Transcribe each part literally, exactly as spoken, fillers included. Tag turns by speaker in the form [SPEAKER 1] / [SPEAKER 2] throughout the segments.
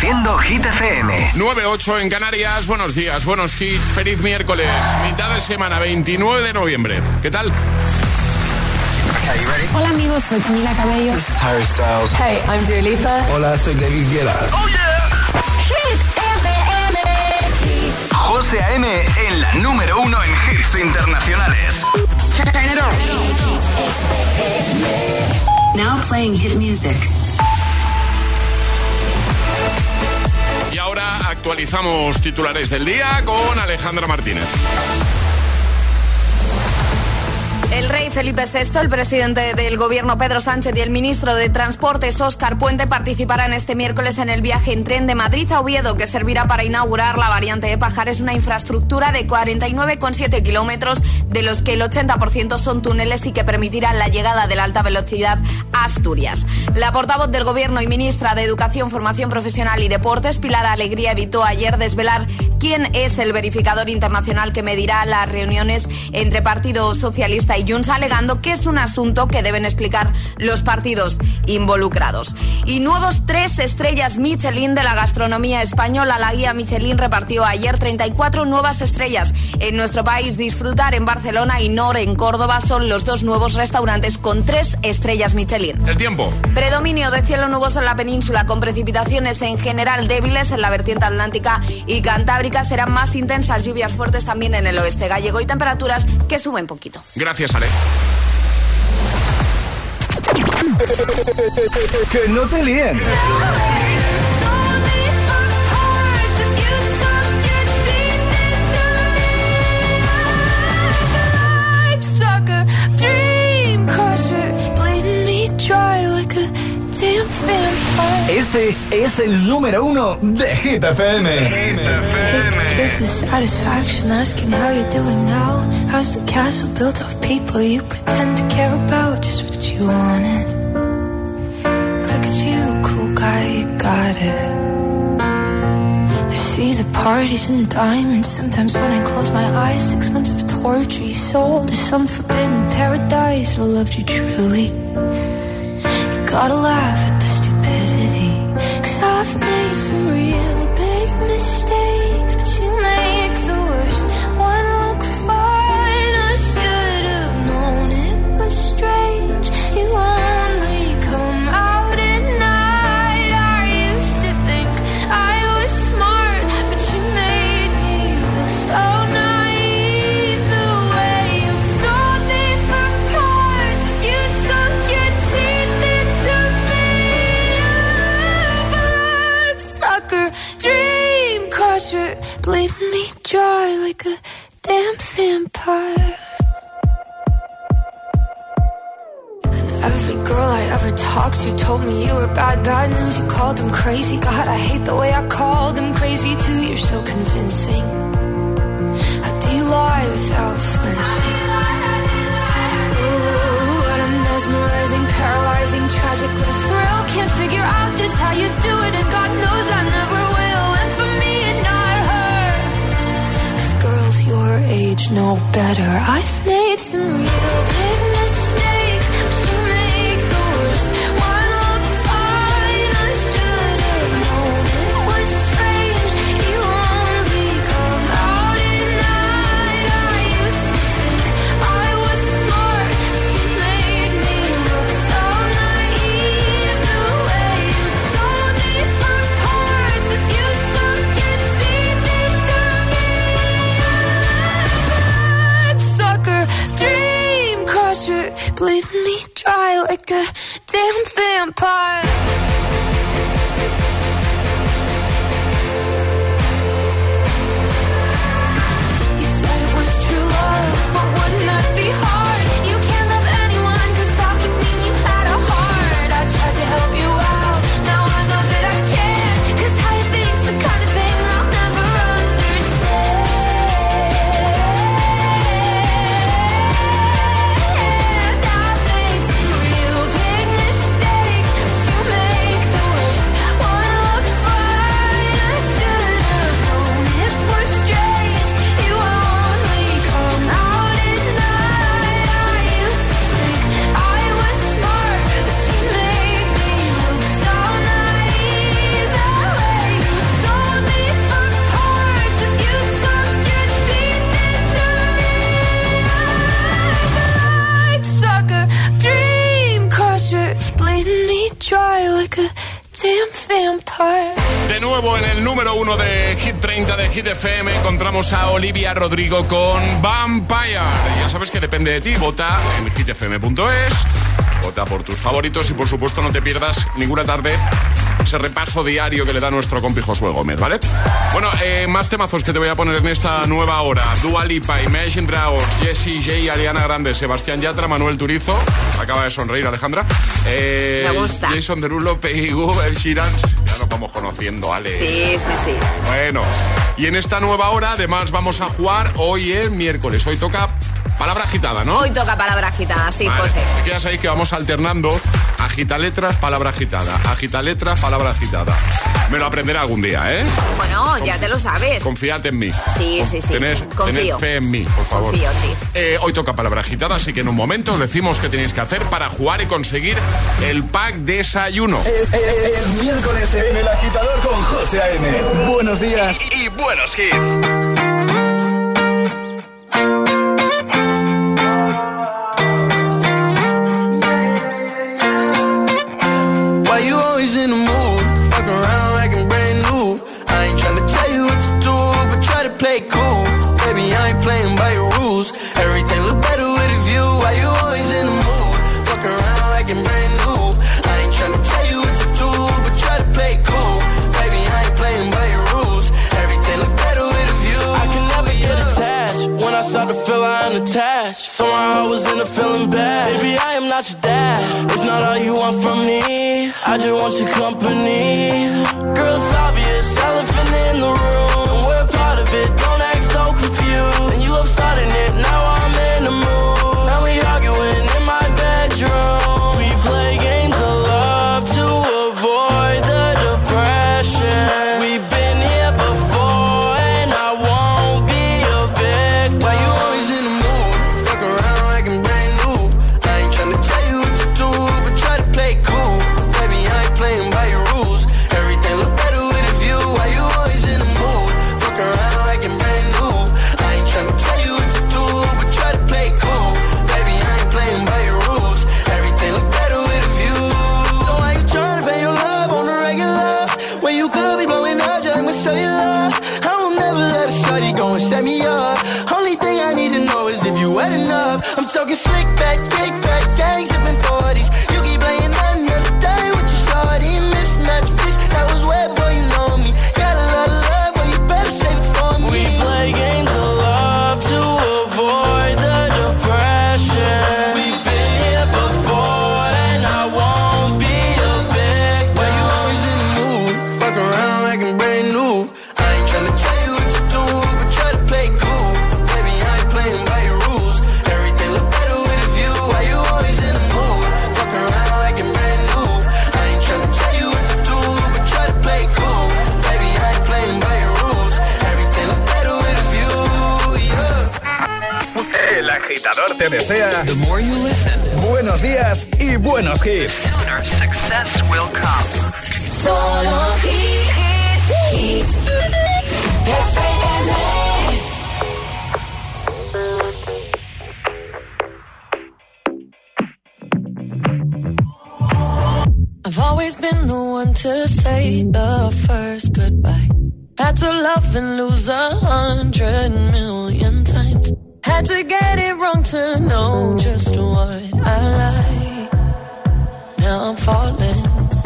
[SPEAKER 1] Haciendo Hit F M.
[SPEAKER 2] nueve ocho en Canarias. Buenos días, buenos hits. Feliz miércoles, mitad de semana, veintinueve de noviembre. ¿Qué tal?
[SPEAKER 3] Okay, you ready?
[SPEAKER 4] Hola amigos, soy Camila Cabello.
[SPEAKER 3] This is Harry Styles.
[SPEAKER 4] Hey, I'm Dua Lipa.
[SPEAKER 5] Hola, soy David Guetta.
[SPEAKER 1] Oh yeah. Hit F M. José A M en la número uno en hits internacionales. Turn it on.
[SPEAKER 6] Now playing hit music.
[SPEAKER 2] Y ahora actualizamos titulares del día con Alejandra Martínez.
[SPEAKER 7] El rey Felipe sexto, el presidente del gobierno Pedro Sánchez y el ministro de Transportes Óscar Puente participarán este miércoles en el viaje en tren de Madrid a Oviedo, que servirá para inaugurar la variante de Pajares, una infraestructura de cuarenta y nueve coma siete kilómetros, de los que el ochenta por ciento son túneles y que permitirá la llegada de la alta velocidad a Asturias. La portavoz del gobierno y ministra de Educación, Formación Profesional y Deportes, Pilar Alegría, evitó ayer desvelar quién es el verificador internacional que medirá las reuniones entre Partido Socialista y Junts, alegando que es un asunto que deben explicar los partidos involucrados. Y nuevos tres estrellas Michelin de la gastronomía española. La guía Michelin repartió ayer treinta y cuatro nuevas estrellas en nuestro país. Disfrutar en Barcelona y Nor en Córdoba son los dos nuevos restaurantes con tres estrellas Michelin.
[SPEAKER 2] El tiempo.
[SPEAKER 7] Predominio de cielo nuboso en la península, con precipitaciones en general débiles en la vertiente atlántica y cantábrica. Serán más intensas lluvias fuertes también en el oeste gallego y temperaturas que suben poquito.
[SPEAKER 2] Gracias, Ale.
[SPEAKER 5] Que no te líen. Este es el número uno de Hit F M.
[SPEAKER 8] Hate to give the satisfaction asking how you're doing now. How's the castle built of people you pretend to care about? Just what you wanted. Look at you, cool guy, you got it. I see the parties and diamonds. Sometimes when I close my eyes, six months of torture you sold to some forbidden paradise. I loved you truly. You gotta laugh at the stupidity, 'cause I've made some real big mistakes, but you make the worst one look fine. I should have known it was strange. You only come out at night. I used to think I was smart, but you made me look so naive. The way you sold me for cards, you sunk your teeth into me. Bloodsucker, dream crusher, bleeding me dry like a damn vampire. And every girl I ever talked to told me you were bad, bad news. You called them crazy. God, I hate the way I called them crazy too. You're so convincing. How do you lie without flinching? Ooh, what a mesmerizing, paralyzing, tragic little thrill. Can't figure out just how you do it, and God knows I never will. And for me and not her, 'cause girls your age know better. I've made some real big mistakes, but you make the worst one look fine. I should have known it was strange. You only come out at night. I used to think I was smart, but you made me look so naive. The way you sold me for parts as you sunk your teeth into me. Bloodsucker, dream crusher, bleeding me dry like a damn vampire. You said it was true love, but wouldn't that be hard? You can't love anyone, 'cause that would mean you had a heart. I tried to help you out, now I know that I can't, 'cause how you think's the kind of thing I'll never understand. I've made some real big mistakes, but you
[SPEAKER 2] nuevo en el número uno de Hit treinta de Hit F M. Encontramos a Olivia Rodrigo con Vampire. Ya sabes que depende de ti. Vota en hit f m punto es. Vota por tus favoritos y por supuesto no te pierdas ninguna tarde ese repaso diario que le da nuestro compi Josué Gómez, ¿vale? Bueno, eh, más temazos que te voy a poner en esta nueva hora. Dua Lipa, Imagine Dragons, Jessie J, Ariana Grande, Sebastián Yatra, Manuel Turizo. Acaba de sonreír Alejandra. Eh,
[SPEAKER 7] Me gusta.
[SPEAKER 2] Jason Derulo, Peggy Goo, Ed Sheeran. Ya nos vamos conociendo, Ale.
[SPEAKER 7] Sí, sí, sí.
[SPEAKER 2] Bueno, y en esta nueva hora además vamos a jugar. Hoy es miércoles, hoy toca palabra agitada, ¿no?
[SPEAKER 7] Hoy toca palabra agitada, sí,
[SPEAKER 2] vale.
[SPEAKER 7] José.
[SPEAKER 2] Que ya sabéis que vamos alternando agita letras, palabra agitada, agita letras, palabra agitada. Me lo aprenderé algún día, ¿eh?
[SPEAKER 7] Bueno, ya te lo sabes.
[SPEAKER 2] Confíate en mí.
[SPEAKER 7] Sí, sí, sí.
[SPEAKER 2] Tened,
[SPEAKER 7] Confío.
[SPEAKER 2] tened fe en mí, por favor.
[SPEAKER 7] Confío, sí.
[SPEAKER 2] Eh, hoy toca palabra agitada, así que en un momento os decimos qué tenéis que hacer para jugar y conseguir el pack desayuno.
[SPEAKER 5] Es, es, es miércoles en El Agitador con José A M. Buenos días
[SPEAKER 1] y, y buenos hits.
[SPEAKER 9] In the mood, fuck around like I'm brand new. I ain't tryna tell you what to do, but try to play cool. Baby, I ain't playing by your rules. Everything look better with a view. Why you always in the mood? Fuck around like I'm brand new. I ain't tryna tell you what to do, but try to play cool. Baby, I ain't playing by your rules. Everything look better with a view. I can never yeah. get attached. When I start to feel I'm attached, somehow I was in a feeling bad. Baby, I am not your dad. It's not all you want from me. I just want your company. Girl, it's obvious, elephant in the room, and we're part of it, don't act so confused. And you love starting it, now I'm in the mood. Now we arguing in my bedroom. We play games of love to avoid the depression. We've been here before, and I won't be a victim. Why you always in the mood? Fuck around like I'm brand new. I ain't tryna tell you what to do, but try to play cool. Playing by your rules. Everything look better with a view. Why you always in the mood? Fuck around like I'm brand new. I ain't tryna tell you what to do, but try to play cool. Baby, I ain't playing by your rules. Everything look better with a view. So why you tryna pay your love on the regular when you could be blowing up just with cellular? I will never let a shawty go and set me up. Only thing I need to know is if you wet enough. I'm talking slick back, kick back, gang sipping forties. You keep playing another day with your shawty. Mismatch face, that was way before you know me. Got a lot of love, but you better save it for me. We play games of love to avoid the depression. We've been here before, and I won't be a victim. Why you always in the mood? Fuck around like I'm brand new. I ain't tryna tell you what to do, but try to play cool. Baby, I ain't playing by your rules. Everything look better with a view. Why you always in the mood? Fuck around like I'm brand new. I ain't tryna tell you what to do, but try to play cool. Baby, I ain't playing by your rules. Everything look better with a view, yeah.
[SPEAKER 5] El Agitador te desea
[SPEAKER 1] The more you listen,
[SPEAKER 5] buenos días y buenos hits.
[SPEAKER 1] sooner success will come.
[SPEAKER 4] Solo hit, hit, hit. F M.
[SPEAKER 8] I've always been the one to say the first goodbye. Had to love and lose a hundred million times. Had to get it wrong to know just what I like. Now I'm falling.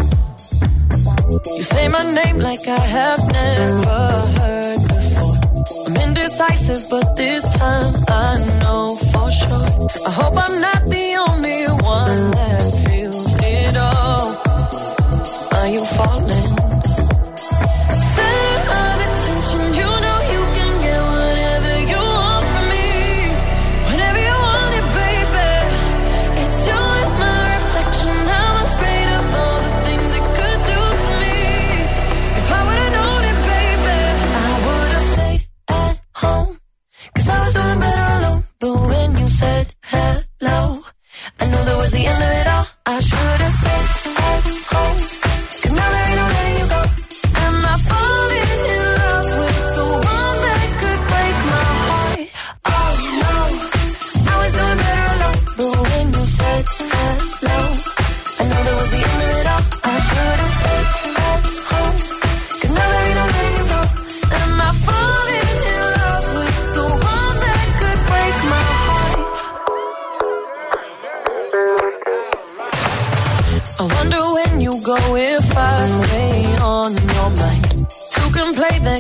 [SPEAKER 8] You say my name like I have never heard before. I'm indecisive, but this time I know for sure. I hope I'm not the only one that feels it all. Are you falling? Center of attention, you know you can get whatever you want from me. Whenever you want it, baby. It's you and my reflection. I'm afraid of all the things it could do to me. If I would've known it, baby, I would've stayed at home. Cause I was doing better alone. But when you said hello, I knew that was the end of it all. I should've stayed at home. Cause now there ain't no letting you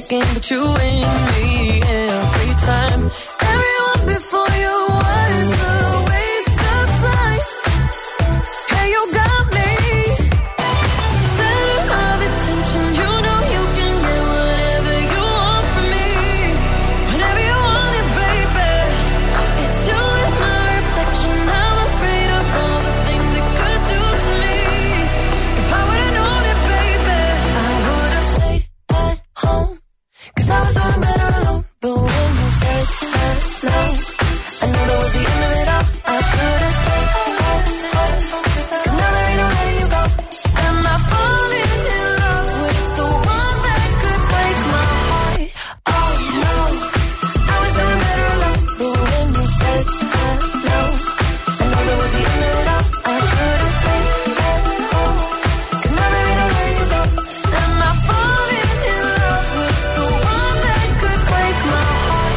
[SPEAKER 8] second, but you and me every time. Everyone before you was a waste of time. Hey, you got me center of attention. You know you can get whatever you want from me, whenever you want it, baby. It's you and my reflection. I'm afraid of all the things it could do to me. If I would've known it, baby, I would've stayed at home, 'cause I was doing better alone. But when you said hello, I knew that was the end of it all. I should've stayed at home, 'cause now there ain't no letting you go. Am I falling in love with the one that could break my heart? Oh no, I was doing better alone. But when you said hello, I knew that was the end of it all. I should've stayed at home, 'cause now there ain't no letting you go. Am I falling in love with the one that could break my heart?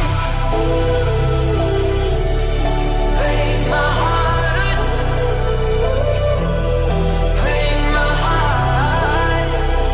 [SPEAKER 8] Break my heart. Break my heart.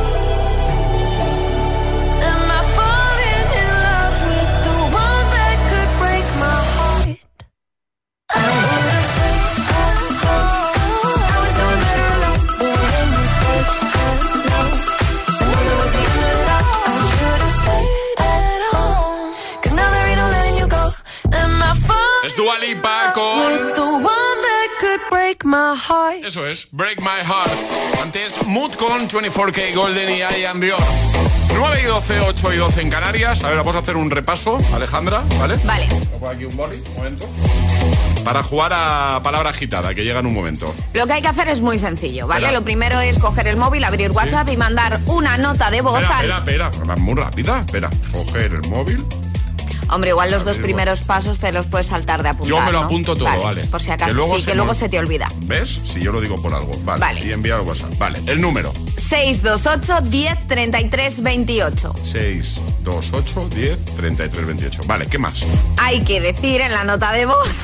[SPEAKER 8] Am I falling in love with the one that could break my heart? I would've stayed at home. I was doing better alone. But when you said hello, I knew that was the end of it all. I should've stayed at home, 'cause now there ain't no letting you go. Am I falling
[SPEAKER 2] Es Dua Lipa con...
[SPEAKER 8] with the one that could break my heart?
[SPEAKER 2] Eso es, Break My Heart. Antes, Mood con veinticuatro K Golden y I Am Dior. nueve y doce, ocho y doce en Canarias. A ver, vamos a hacer un repaso, Alejandra, ¿vale?
[SPEAKER 7] Vale.
[SPEAKER 2] Voy a poner aquí un boli, un momento. Para jugar a palabra agitada, que llega en un momento.
[SPEAKER 7] Lo que hay que hacer es muy sencillo, ¿vale?
[SPEAKER 2] Espera.
[SPEAKER 7] Lo primero es coger el móvil, abrir WhatsApp y mandar una nota de voz
[SPEAKER 2] Espera,
[SPEAKER 7] al...
[SPEAKER 2] espera, espera, va muy rápida. Espera, coger el móvil.
[SPEAKER 7] Hombre, igual los dos
[SPEAKER 2] Abrir
[SPEAKER 7] primeros pasos te los puedes saltar de apuntar,
[SPEAKER 2] Yo me lo
[SPEAKER 7] ¿no?
[SPEAKER 2] apunto todo, vale.
[SPEAKER 7] Por si acaso,
[SPEAKER 2] Que luego
[SPEAKER 7] sí,
[SPEAKER 2] se
[SPEAKER 7] que
[SPEAKER 2] me-
[SPEAKER 7] luego se te olvida.
[SPEAKER 2] ¿Ves? Si yo lo digo por algo. Vale.
[SPEAKER 7] Vale.
[SPEAKER 2] Y enviar WhatsApp. Vale, el número.
[SPEAKER 7] seis dos ocho, diez, treinta y tres, veintiocho.
[SPEAKER 2] seis dos ocho, diez, treinta y tres, veintiocho. Vale, ¿qué más?
[SPEAKER 7] Hay que decir en la nota de voz,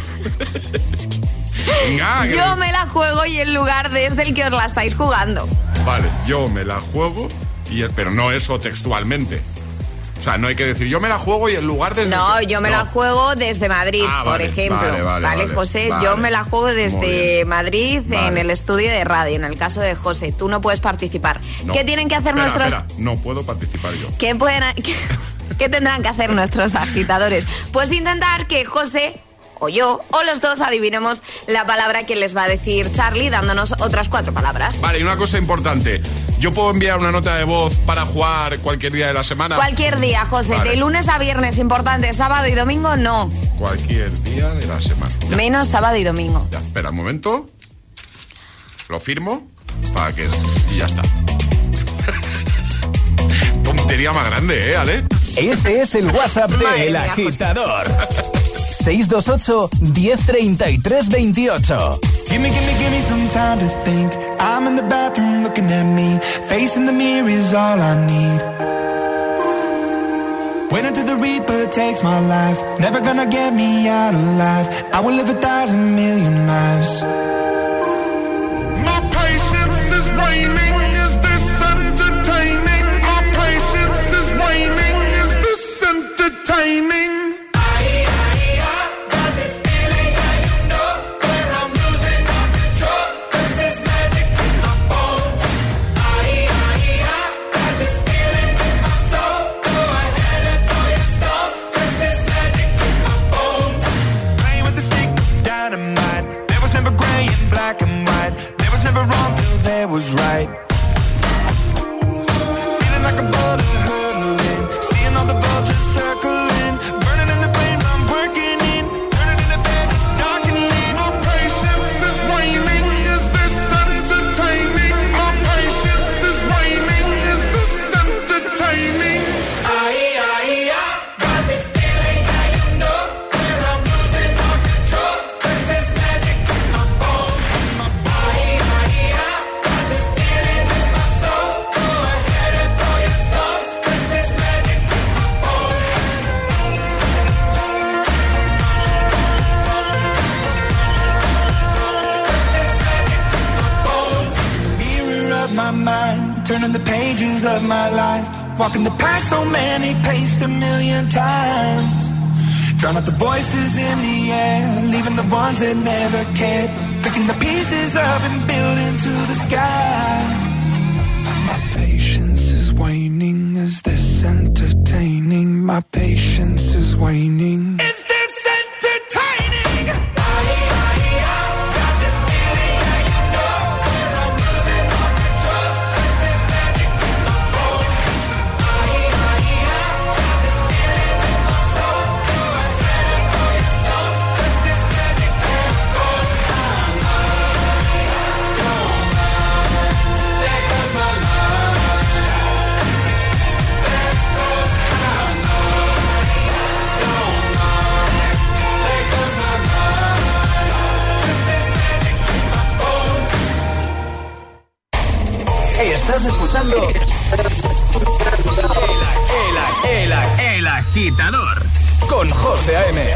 [SPEAKER 2] Venga, que-
[SPEAKER 7] yo me la juego y el lugar desde el que os la estáis jugando.
[SPEAKER 2] Vale, yo me la juego, y el... pero no eso textualmente. O sea, no hay que decir yo me la juego y el lugar desde...
[SPEAKER 7] No,
[SPEAKER 2] el que-
[SPEAKER 7] yo me
[SPEAKER 2] no.
[SPEAKER 7] la juego desde Madrid,
[SPEAKER 2] Ah,
[SPEAKER 7] por
[SPEAKER 2] vale,
[SPEAKER 7] ejemplo.
[SPEAKER 2] vale, vale, vale,
[SPEAKER 7] José?
[SPEAKER 2] vale.
[SPEAKER 7] Yo me la juego
[SPEAKER 2] Muy
[SPEAKER 7] desde
[SPEAKER 2] bien.
[SPEAKER 7] Madrid en
[SPEAKER 2] Vale.
[SPEAKER 7] el estudio de radio. En el caso de José, tú no puedes participar.
[SPEAKER 2] No.
[SPEAKER 7] ¿Qué tienen que hacer
[SPEAKER 2] Espera,
[SPEAKER 7] nuestros...
[SPEAKER 2] espera, no puedo participar yo.
[SPEAKER 7] ¿Qué, pueden, qué, qué tendrán que hacer nuestros agitadores? Pues intentar que José o yo o los dos adivinemos la palabra que les va a decir Charlie, dándonos otras cuatro palabras.
[SPEAKER 2] Vale, y una cosa importante. Yo puedo enviar una nota de voz para jugar cualquier día de la semana.
[SPEAKER 7] Cualquier día, José,
[SPEAKER 2] Vale.
[SPEAKER 7] de lunes a viernes, importante, sábado y domingo no.
[SPEAKER 2] Cualquier día de la semana. Ya,
[SPEAKER 7] Menos sábado y domingo.
[SPEAKER 2] ya, espera un momento. Lo firmo para que... Y ya está. Tontería más grande, ¿eh, Ale?
[SPEAKER 5] Este es el WhatsApp de
[SPEAKER 7] Madre
[SPEAKER 5] El
[SPEAKER 7] mía, José.
[SPEAKER 5] Agitador. seis dos ocho, diez, treinta y tres, veintiocho.
[SPEAKER 10] Gimme, gimme, gimme some time to think. I'm in the bathroom looking at me. Facing the mirror is all I need. Wait until the Reaper takes my life. Never gonna get me out alive. I will live a thousand million lives.
[SPEAKER 9] My patience is waning. Is this entertaining? My patience is waning. Is this entertaining?
[SPEAKER 10] Playing with the stick of dynamite. There was never gray and black and white. There was never wrong till there was right. Feeling like a bullet hurtling. Seeing all the vultures circling. Burning in the flames I'm working in. Turning in the bed that's darkening.
[SPEAKER 9] My patience is waning. Is this entertaining? My patience is waning. Is this entertaining?
[SPEAKER 10] Mirror of my mind. Turning the pages of my life. Walking the path so many paced a million times. Drown out the voices in the air, leaving the ones that never cared. Picking the pieces up and building to the sky. My patience is waning. Is this entertaining? My patience is waning. Is this entertaining?
[SPEAKER 5] Estás escuchando el, el, el, el Agitador con José A M.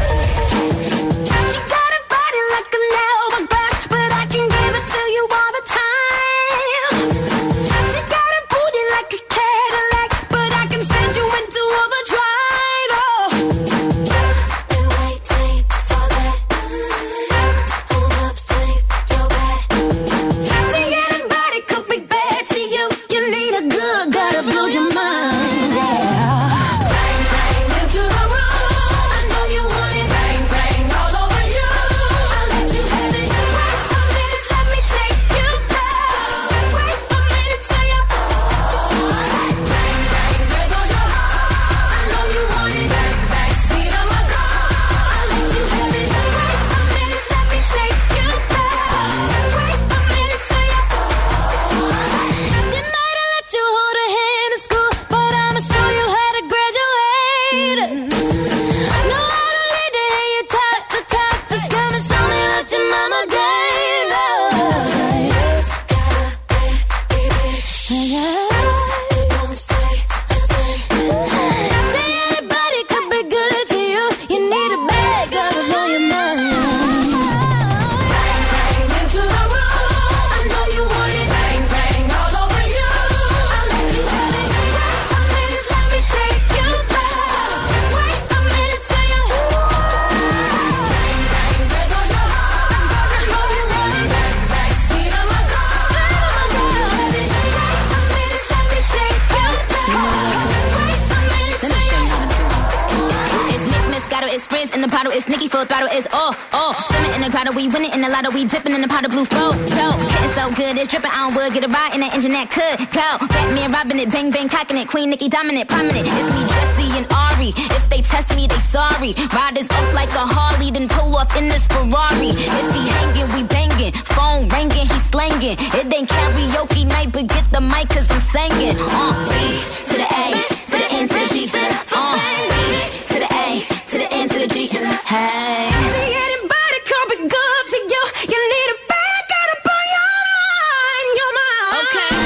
[SPEAKER 11] It's Nicki full throttle, it's oh, oh. Swimming in the grotto, we winning in the lotto, we dipping in the pot of blue flow. So, getting so good, it's dripping on wood, get a ride in that engine that could go. Batman robbing it, bang bang cocking it, Queen Nicki dominant, prominent. It's me, Jesse and Ari. If they test me, they sorry. Riders up like a Harley, then pull off in this Ferrari. If he hanging, we banging. Phone ringing, he slanging. It ain't karaoke night, but get the mic 'cause I'm singing. Uh, B to the A, to the N to the G, to the uh, B to the A, to the N to the G. Hey. See anybody come be good to you? You need a back out up on your mind, your mind. Okay.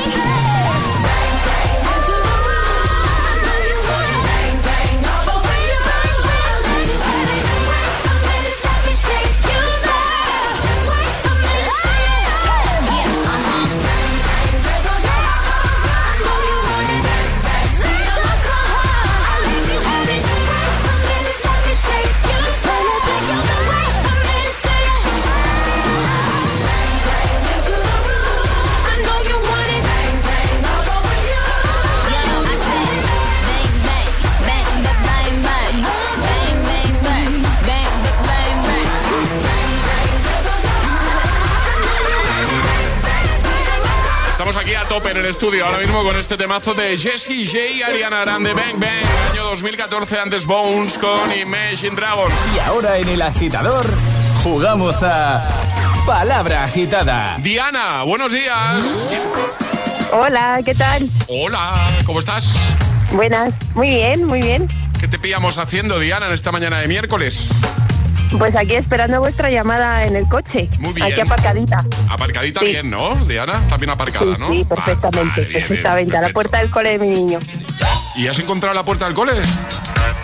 [SPEAKER 2] Aquí a tope en el estudio ahora mismo con este temazo de Jessie J y Ariana Grande, Bang Bang, año dos mil catorce, antes Bones con Imagine Dragons.
[SPEAKER 5] Y ahora en El Agitador jugamos a Palabra Agitada.
[SPEAKER 2] Diana, buenos días.
[SPEAKER 12] Hola, ¿qué tal?
[SPEAKER 2] Hola, ¿cómo estás?
[SPEAKER 12] Buenas, muy bien, muy bien.
[SPEAKER 2] ¿Qué te pillamos haciendo, Diana, en esta mañana de miércoles?
[SPEAKER 12] Pues aquí esperando vuestra llamada en el coche.
[SPEAKER 2] Muy bien.
[SPEAKER 12] Aquí aparcadita.
[SPEAKER 2] Aparcadita
[SPEAKER 12] sí.
[SPEAKER 2] bien, ¿no, Diana? Está bien aparcada,
[SPEAKER 12] sí,
[SPEAKER 2] ¿no?
[SPEAKER 12] Sí, perfectamente,
[SPEAKER 2] vale, bien,
[SPEAKER 12] perfectamente.
[SPEAKER 2] bien,
[SPEAKER 12] a la puerta del cole de mi niño.
[SPEAKER 2] ¿Y has encontrado la puerta del cole?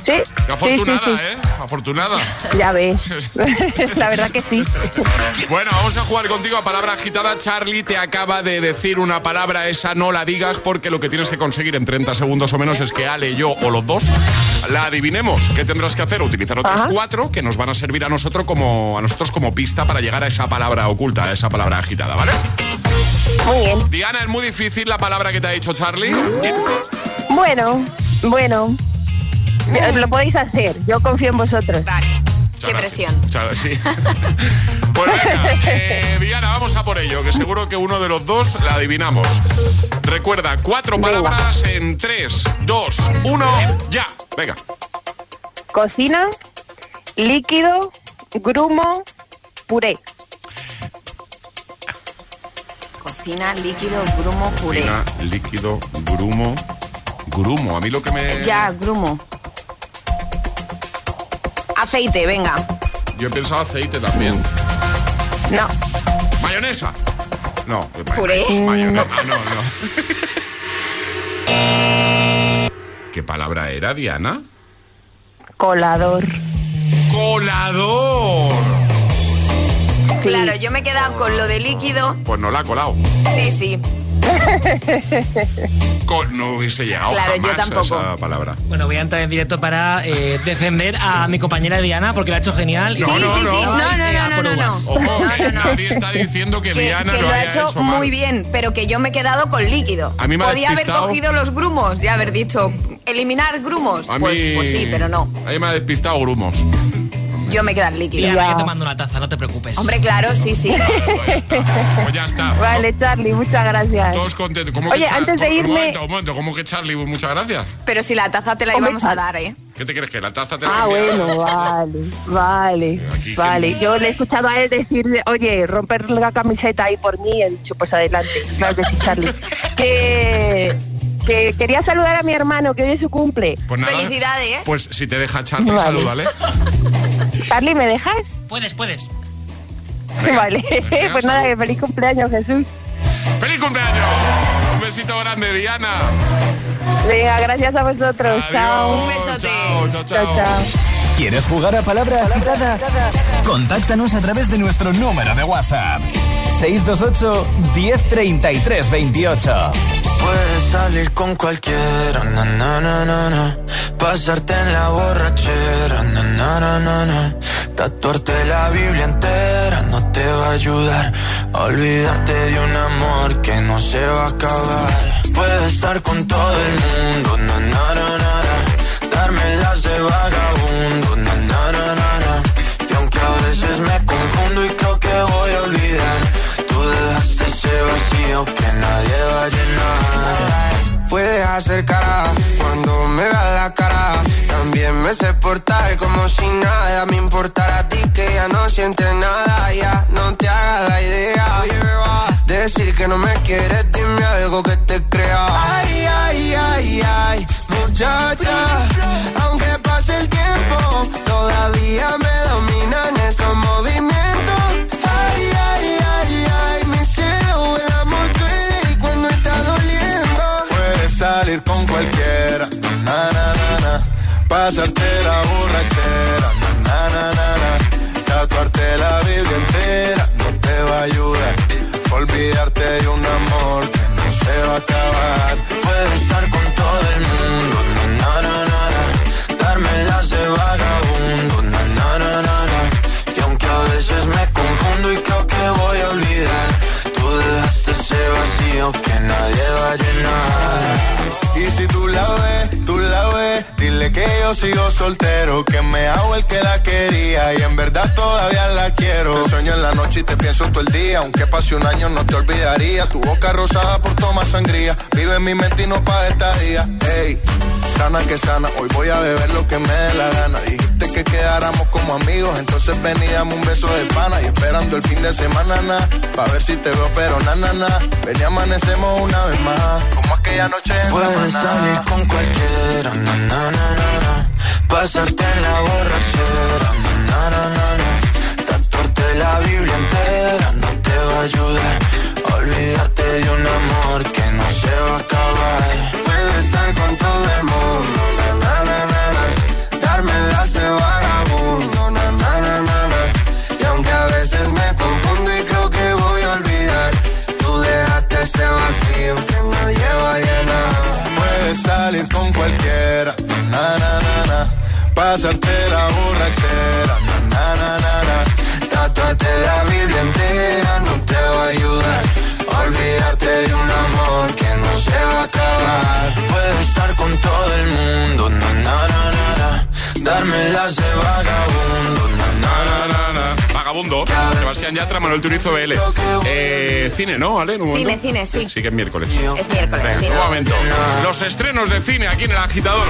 [SPEAKER 12] Sí.
[SPEAKER 2] Qué afortunada,
[SPEAKER 12] sí, sí, sí.
[SPEAKER 2] ¿eh? Afortunada.
[SPEAKER 12] Ya ves. La verdad que sí.
[SPEAKER 2] Bueno, vamos a jugar contigo a palabra agitada. Charlie te acaba de decir una palabra, esa no la digas, porque lo que tienes que conseguir en treinta segundos o menos es que Ale, yo o los dos la adivinemos. ¿Qué tendrás que hacer? Utilizar otros Ajá. cuatro que nos van a servir a nosotros como a nosotros como pista para llegar a esa palabra oculta, a esa palabra agitada, ¿vale?
[SPEAKER 12] Muy bien.
[SPEAKER 2] Diana, es muy difícil la palabra que te ha dicho Charlie.
[SPEAKER 12] Bueno, bueno. Lo podéis hacer, yo confío en vosotros.
[SPEAKER 7] Vale, qué presión.
[SPEAKER 2] Chara, sí. Pues venga, eh, Diana, vamos a por ello, que seguro que uno de los dos la adivinamos. Recuerda, cuatro venga. palabras en tres, dos, uno, ya. Venga.
[SPEAKER 12] Cocina, líquido, grumo, puré.
[SPEAKER 7] Cocina, líquido, grumo, puré.
[SPEAKER 2] Cocina, líquido, grumo. Grumo, a mí lo que me...
[SPEAKER 7] Ya, grumo. Aceite, venga.
[SPEAKER 2] Yo he pensado aceite también.
[SPEAKER 12] No.
[SPEAKER 2] ¿Mayonesa? No.
[SPEAKER 7] ¿Puré?
[SPEAKER 2] Mayonesa, no, no. no. ¿Qué palabra era, Diana?
[SPEAKER 12] Colador.
[SPEAKER 2] ¡Colador!
[SPEAKER 7] Claro, yo me he quedado con lo de líquido.
[SPEAKER 2] Pues no la ha colado.
[SPEAKER 7] Sí, sí.
[SPEAKER 2] Con, no hubiese llegado
[SPEAKER 7] claro,
[SPEAKER 2] jamás
[SPEAKER 7] yo tampoco.
[SPEAKER 2] a esa palabra.
[SPEAKER 13] Bueno, voy a entrar en directo para eh, defender a mi compañera Diana porque la ha hecho genial.
[SPEAKER 2] No,
[SPEAKER 7] sí,
[SPEAKER 2] no,
[SPEAKER 7] sí,
[SPEAKER 2] no.
[SPEAKER 7] sí. No, no, no, no, no, no.
[SPEAKER 2] Ojo,
[SPEAKER 7] no, no, no.
[SPEAKER 2] Nadie está diciendo que,
[SPEAKER 7] que
[SPEAKER 2] Diana
[SPEAKER 7] que
[SPEAKER 2] lo,
[SPEAKER 7] lo
[SPEAKER 2] haya
[SPEAKER 7] ha hecho,
[SPEAKER 2] hecho
[SPEAKER 7] muy
[SPEAKER 2] mal.
[SPEAKER 7] bien, pero que yo me he quedado con líquido.
[SPEAKER 2] A mí me ha
[SPEAKER 7] Podía haber
[SPEAKER 2] despistado.
[SPEAKER 7] cogido los grumos y haber dicho eliminar grumos.
[SPEAKER 2] A
[SPEAKER 7] Pues,
[SPEAKER 2] mí...
[SPEAKER 7] pues sí, pero no.
[SPEAKER 2] A mí me ha despistado grumos.
[SPEAKER 7] Yo me quedo al líquido.
[SPEAKER 13] Diana, yo te mando una taza, no te preocupes.
[SPEAKER 7] Hombre, claro, sí, sí.
[SPEAKER 2] Vale, pues ya está. Pues ya está.
[SPEAKER 12] Vale, Charlie, muchas gracias.
[SPEAKER 2] Todos contentos. ¿Cómo
[SPEAKER 12] Oye,
[SPEAKER 2] que Char...
[SPEAKER 12] antes de
[SPEAKER 2] un
[SPEAKER 12] irme...
[SPEAKER 2] momento, un momento. ¿Cómo que Charlie? Muchas gracias.
[SPEAKER 7] Pero si la taza te la íbamos a dar, ¿eh?
[SPEAKER 2] ¿Qué te crees? ¿Que la taza te la
[SPEAKER 12] Ah,
[SPEAKER 2] enviaron?
[SPEAKER 12] bueno, vale, vale,
[SPEAKER 2] Aquí,
[SPEAKER 12] vale.
[SPEAKER 2] que-
[SPEAKER 12] Yo le he escuchado a él decir, oye, romper la camiseta ahí por mí, y he dicho, pues adelante, claro que sí, Charlie. Que, que quería saludar a mi hermano, que hoy es su cumple.
[SPEAKER 2] Pues nada.
[SPEAKER 7] Felicidades.
[SPEAKER 2] Pues si te deja Charlie,
[SPEAKER 12] Vale.
[SPEAKER 2] salúdale.
[SPEAKER 12] Charlie, ¿me dejas?
[SPEAKER 13] Puedes, puedes.
[SPEAKER 2] Venga,
[SPEAKER 12] Vale,
[SPEAKER 2] venga,
[SPEAKER 12] pues nada,
[SPEAKER 2] salud.
[SPEAKER 12] que feliz cumpleaños, Jesús.
[SPEAKER 2] ¡Feliz cumpleaños! Un besito grande, Diana.
[SPEAKER 12] Venga, gracias a vosotros. Chao.
[SPEAKER 7] Un besote.
[SPEAKER 2] Chao, chao, chao.
[SPEAKER 12] Chao, chao.
[SPEAKER 5] ¿Quieres jugar a palabra agitada? Contáctanos a través de nuestro número de WhatsApp. seis dos ocho, uno cero tres tres, veintiocho.
[SPEAKER 9] Puedes salir con cualquiera, na, na, na, na, na. Pasarte en la borrachera, na, na, na, na, na. Tatuarte la Biblia entera no te va a ayudar a olvidarte de un amor que no se va a acabar. Puedes estar con todo el mundo, na, na, na, na, na. Darme las de vagabundo, na, na, na, na, na. Y aunque a veces me confundo y creo que voy a olvidar, tú dejaste ese vacío que nadie va a llenar. Puedes hacer cara cuando me veas la cara. También me sé portar como si nada me importara a ti, que ya no sientes nada. Ya no te hagas la idea. Decir que no me quieres, dime algo que te crea. Ay, ay, ay, ay, muchacha. Aunque pase el tiempo, todavía me dominan esos movimientos. Ay, ay, ay, ay, mi cielo, el amor duele y cuando está doliendo. Puedes salir con cualquiera, na, na, na, na. Pasarte la borrachera, na, na, na, na. Tatuarte la Biblia entera no te va a ayudar. Olvidarte de un amor que no se va a acabar. Puedes estar con todo el mundo, na, na, na, na. Darme las de vagabundo, na, na, na, na, na. Y aunque a veces me confundo y creo que voy a olvidar, tú dejaste ese vacío que nadie va a llenar. Y si tú la ves, tú la ves, dile que yo sigo soltero, que me hago el que la quería y en verdad todavía la quiero. Te sueño en la noche y te pienso todo el día, aunque pase un año no te olvidaría. Tu boca rosada por tomar sangría, vive en mi mente y no pa' esta día. Ey, sana que sana, hoy voy a beber lo que me dé la gana. Dijiste que quedáramos como amigos, entonces ven y dame un beso de pana. Y esperando el fin de semana, na, pa' ver si te veo, pero na, na, na. Ven y amanecemos una vez más, como aquella noche en Puedes salir con cualquiera, na, na, na, na, na. Pasarte en la borrachera, na, na, na, na. Tatuarte la Biblia entera no te va a ayudar a olvidarte de un amor que no se va a acabar. Puedes estar con todo el mundo, na, na, na, na, na.
[SPEAKER 14] salir con cualquiera. Na, na, na, na. Pasarte la borrachera. Na, na, na, na. Tatuarte la Biblia entera no te va a ayudar. Olvídate de un amor que no se va a acabar. Puedo estar con todo el mundo. Na, na, na, na, na. Dármelas de vagabundo. Na, na, na, na, na.
[SPEAKER 2] Vagabundo, Sebastián Yatra, Manuel Turizo, B L. Eh, cine, ¿no, Ale? ¿En un
[SPEAKER 7] cine,
[SPEAKER 2] momento?
[SPEAKER 7] cine, sí.
[SPEAKER 2] Sí que es miércoles.
[SPEAKER 7] Es miércoles,
[SPEAKER 2] Venga,
[SPEAKER 7] cine.
[SPEAKER 2] un momento. Los estrenos de cine aquí en El Agitador.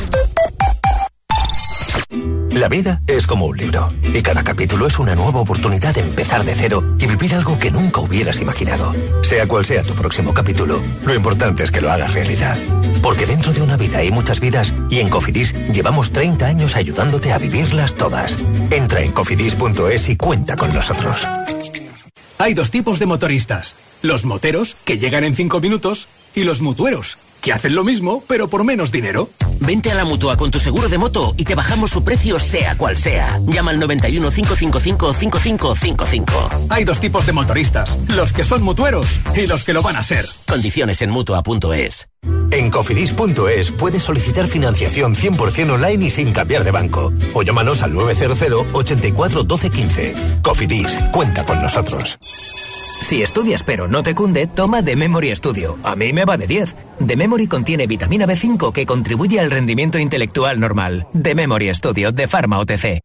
[SPEAKER 15] La vida es como un libro, y cada capítulo es una nueva oportunidad de empezar de cero y vivir algo que nunca hubieras imaginado. Sea cual sea tu próximo capítulo, lo importante es que lo hagas realidad. Porque dentro de una vida hay muchas vidas, y en Cofidis llevamos treinta años ayudándote a vivirlas todas. Entra en cofidis punto es y cuenta con nosotros.
[SPEAKER 16] Hay dos tipos de motoristas: los moteros, que llegan en cinco minutos, y los mutueros, que hacen lo mismo, pero por menos dinero.
[SPEAKER 17] Vente a la Mutua con tu seguro de moto y te bajamos su precio sea cual sea. Llama al noventa y uno, cinco cinco cinco, cinco cinco cinco cinco.
[SPEAKER 16] Hay dos tipos de motoristas: los que son mutueros y los que lo van a ser.
[SPEAKER 17] Condiciones en mutua punto es.
[SPEAKER 15] En cofidis punto es puedes solicitar financiación cien por ciento online y sin cambiar de banco. O llámanos al nueve cero cero, ochenta y cuatro, doce, quince. Cofidis, cuenta con nosotros.
[SPEAKER 18] Si estudias pero no te cunde, toma The Memory Studio. A mí me va de diez. The Memory contiene vitamina B cinco que contribuye al rendimiento intelectual normal. The Memory Studio de Pharma O T C.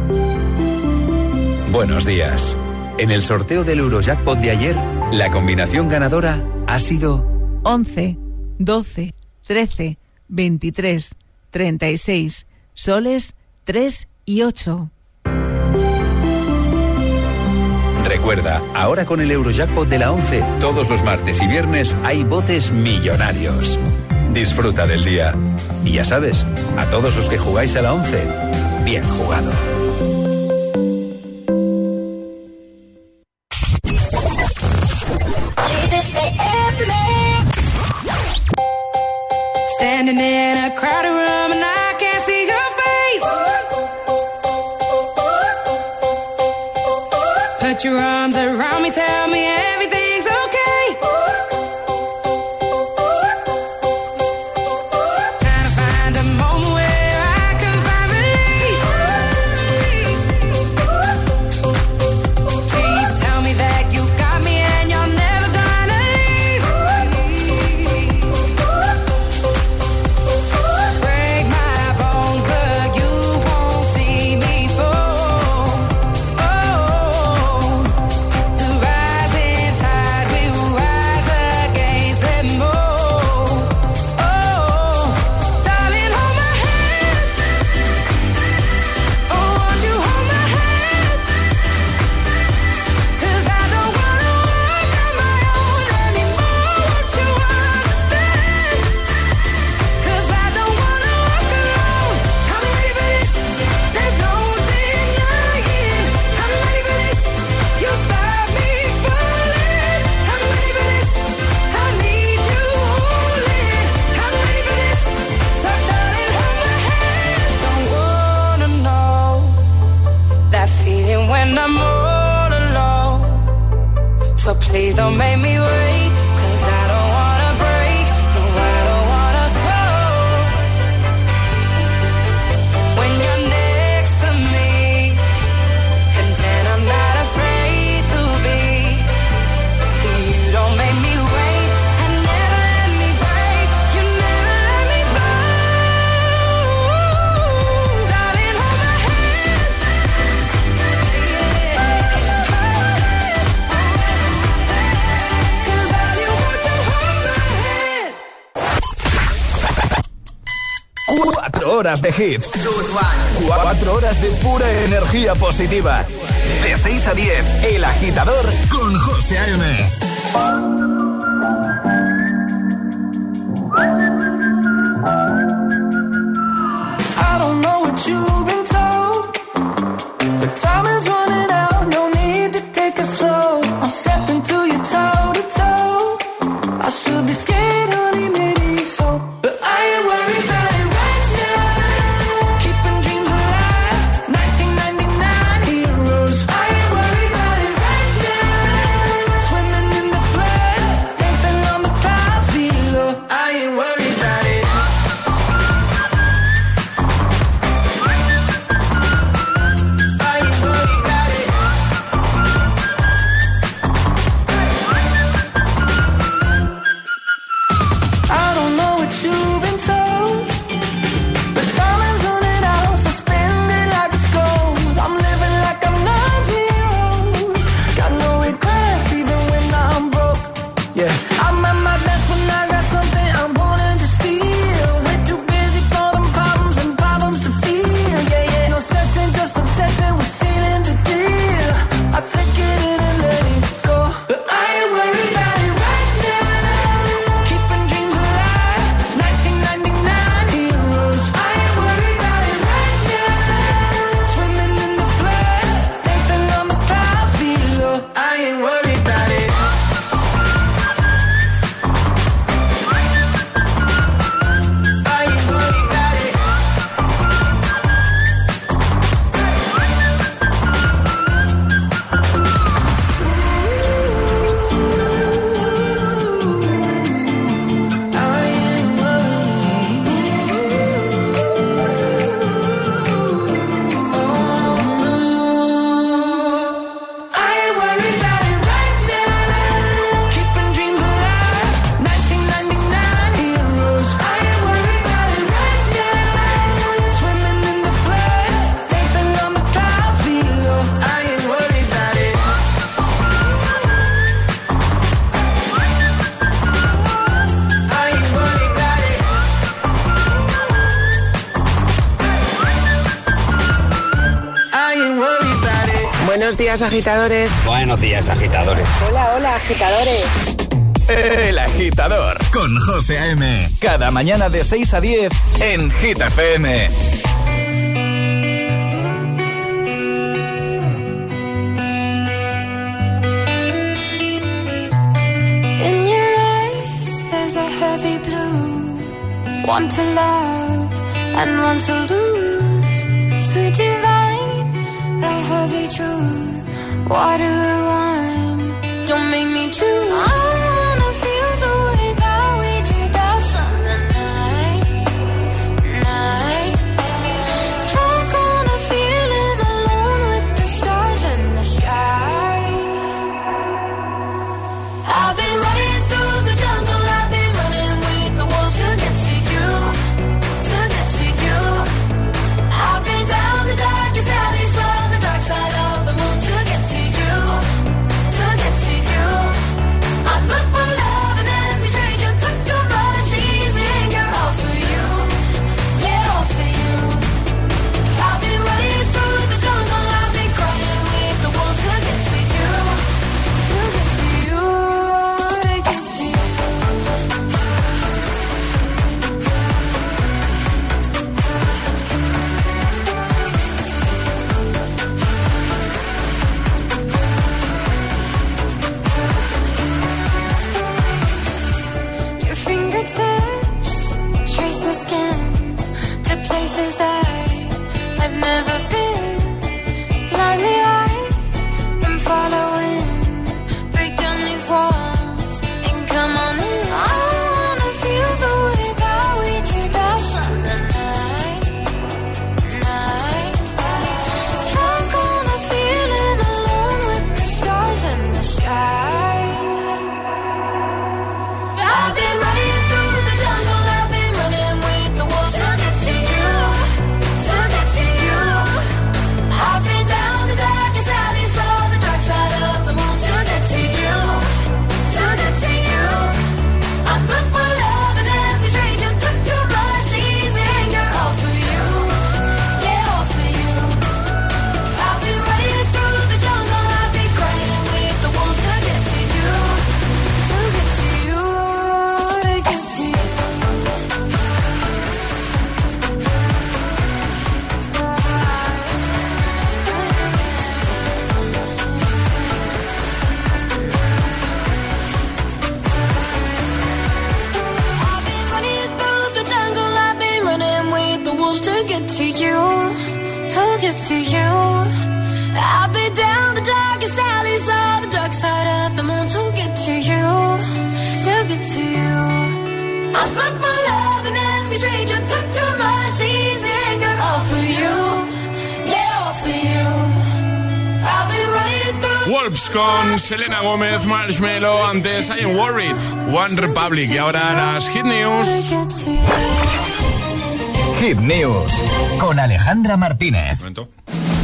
[SPEAKER 19] Buenos días. En el sorteo del Eurojackpot de ayer, la combinación ganadora ha sido
[SPEAKER 20] once, doce, trece, veintitrés, treinta y seis, soles, tres y ocho.
[SPEAKER 19] Recuerda, ahora con el Eurojackpot de la once, todos los martes y viernes hay botes millonarios. Disfruta del día. Y ya sabes, a todos los que jugáis a la once, bien jugado.
[SPEAKER 8] Standing in a crowded room and I can't see your face. Put your arms around me, tell me everything's okay. Trying to find a moment where I can find relief. Please tell me that you got me and you're never gonna leave. Break my bones, but you won't see me fall. Oh, the rising tide will rise against them all. Oh, darling, hold my hand. Oh, won't you hold my hand? 'Cause I don't wanna walk on my own anymore. Won't you understand? 'Cause I don't wanna walk alone. I'm ready for this. There's no denying. I'm ready for this. You stop me falling. I'm ready for this. I need you holding. I'm ready for this. So darling, hold my hand. Don't wanna know that feeling when I'm all alone. So please don't make me wait, 'cause I don't wanna break. No, I don't wanna fall. When you're next to me, content I'm not afraid to be. You don't make me wait, and never let me break. You never let me fall. Darling, hold my hand.
[SPEAKER 5] Cuatro horas de hits. Cuatro horas de pura energía positiva. De seis a diez, El Agitador con José A M.
[SPEAKER 9] I don't know what you've been told, but time is running out. No need to take it slow. I'm stepping to you toe to toe. I should be scared, honey, maybe so, but I ain't worried about it right now. Keeping dreams alive, nineteen ninety-nine heroes. I ain't worried about it right now. Swimming in the floods,
[SPEAKER 21] Buenos días, agitadores.
[SPEAKER 3] Buenos días, agitadores.
[SPEAKER 21] Hola, hola, agitadores.
[SPEAKER 5] El Agitador con José A M. Cada mañana de seis a diez en Hit F M.
[SPEAKER 8] In your eyes there's a heavy blue. One to love and one to lose. Sweet divine, the heavy truth. Water and wine, don't make me choose.
[SPEAKER 2] Con Selena Gómez, Marshmello, antes I Am Worried, One Republic y ahora las Hit News.
[SPEAKER 5] Hit News con Alejandra Martínez.
[SPEAKER 2] Un momento.